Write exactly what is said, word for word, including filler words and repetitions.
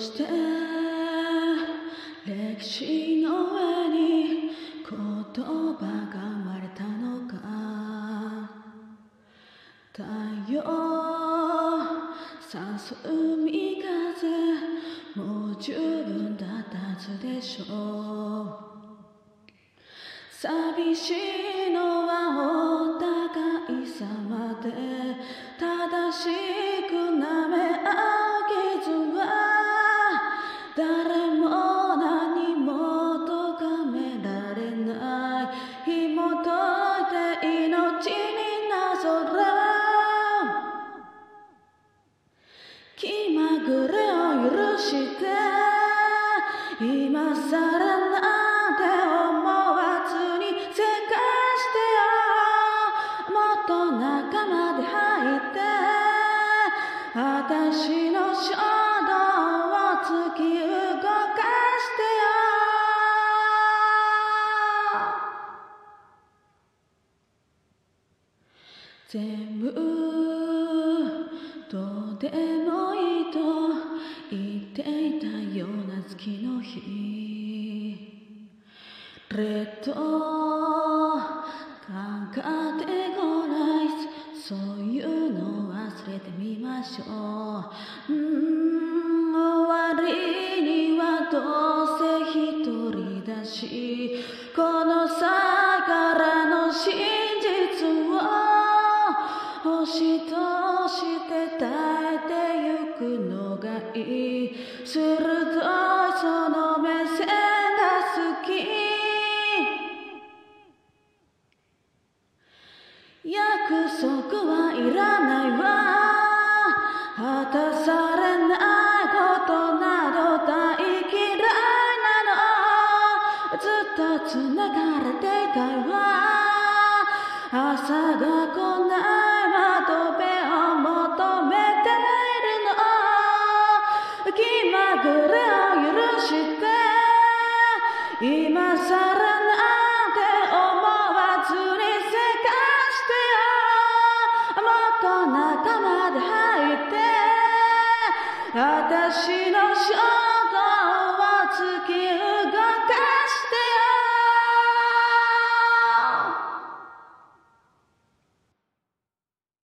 して歴史の上に言葉が生まれたのか。太陽、酸素、海風、もう十分だったはずでしょう。寂しいのはお互い様で、正しく舐め合う傷は誰も何も咎められない。紐解いて命になぞらう気まぐれを許して、今さらなんて思わずにせかしてよ。もっと中まで入って私の衝動を突き動かしてよ。全部どうでもいいと言っていたような月の日、レッドカテゴライズ、そういうの忘れてみましょう。うーん、終わりにはどうせ一人だし、この際からの真実を星として耐えてゆくのがいい。鋭いその目線が好き。約束はいらないわ。果たされないことなど大嫌いなの。ずっと繋がれていたいわ。朝が来ない窓辺を求めているの。気まぐれを許して今さ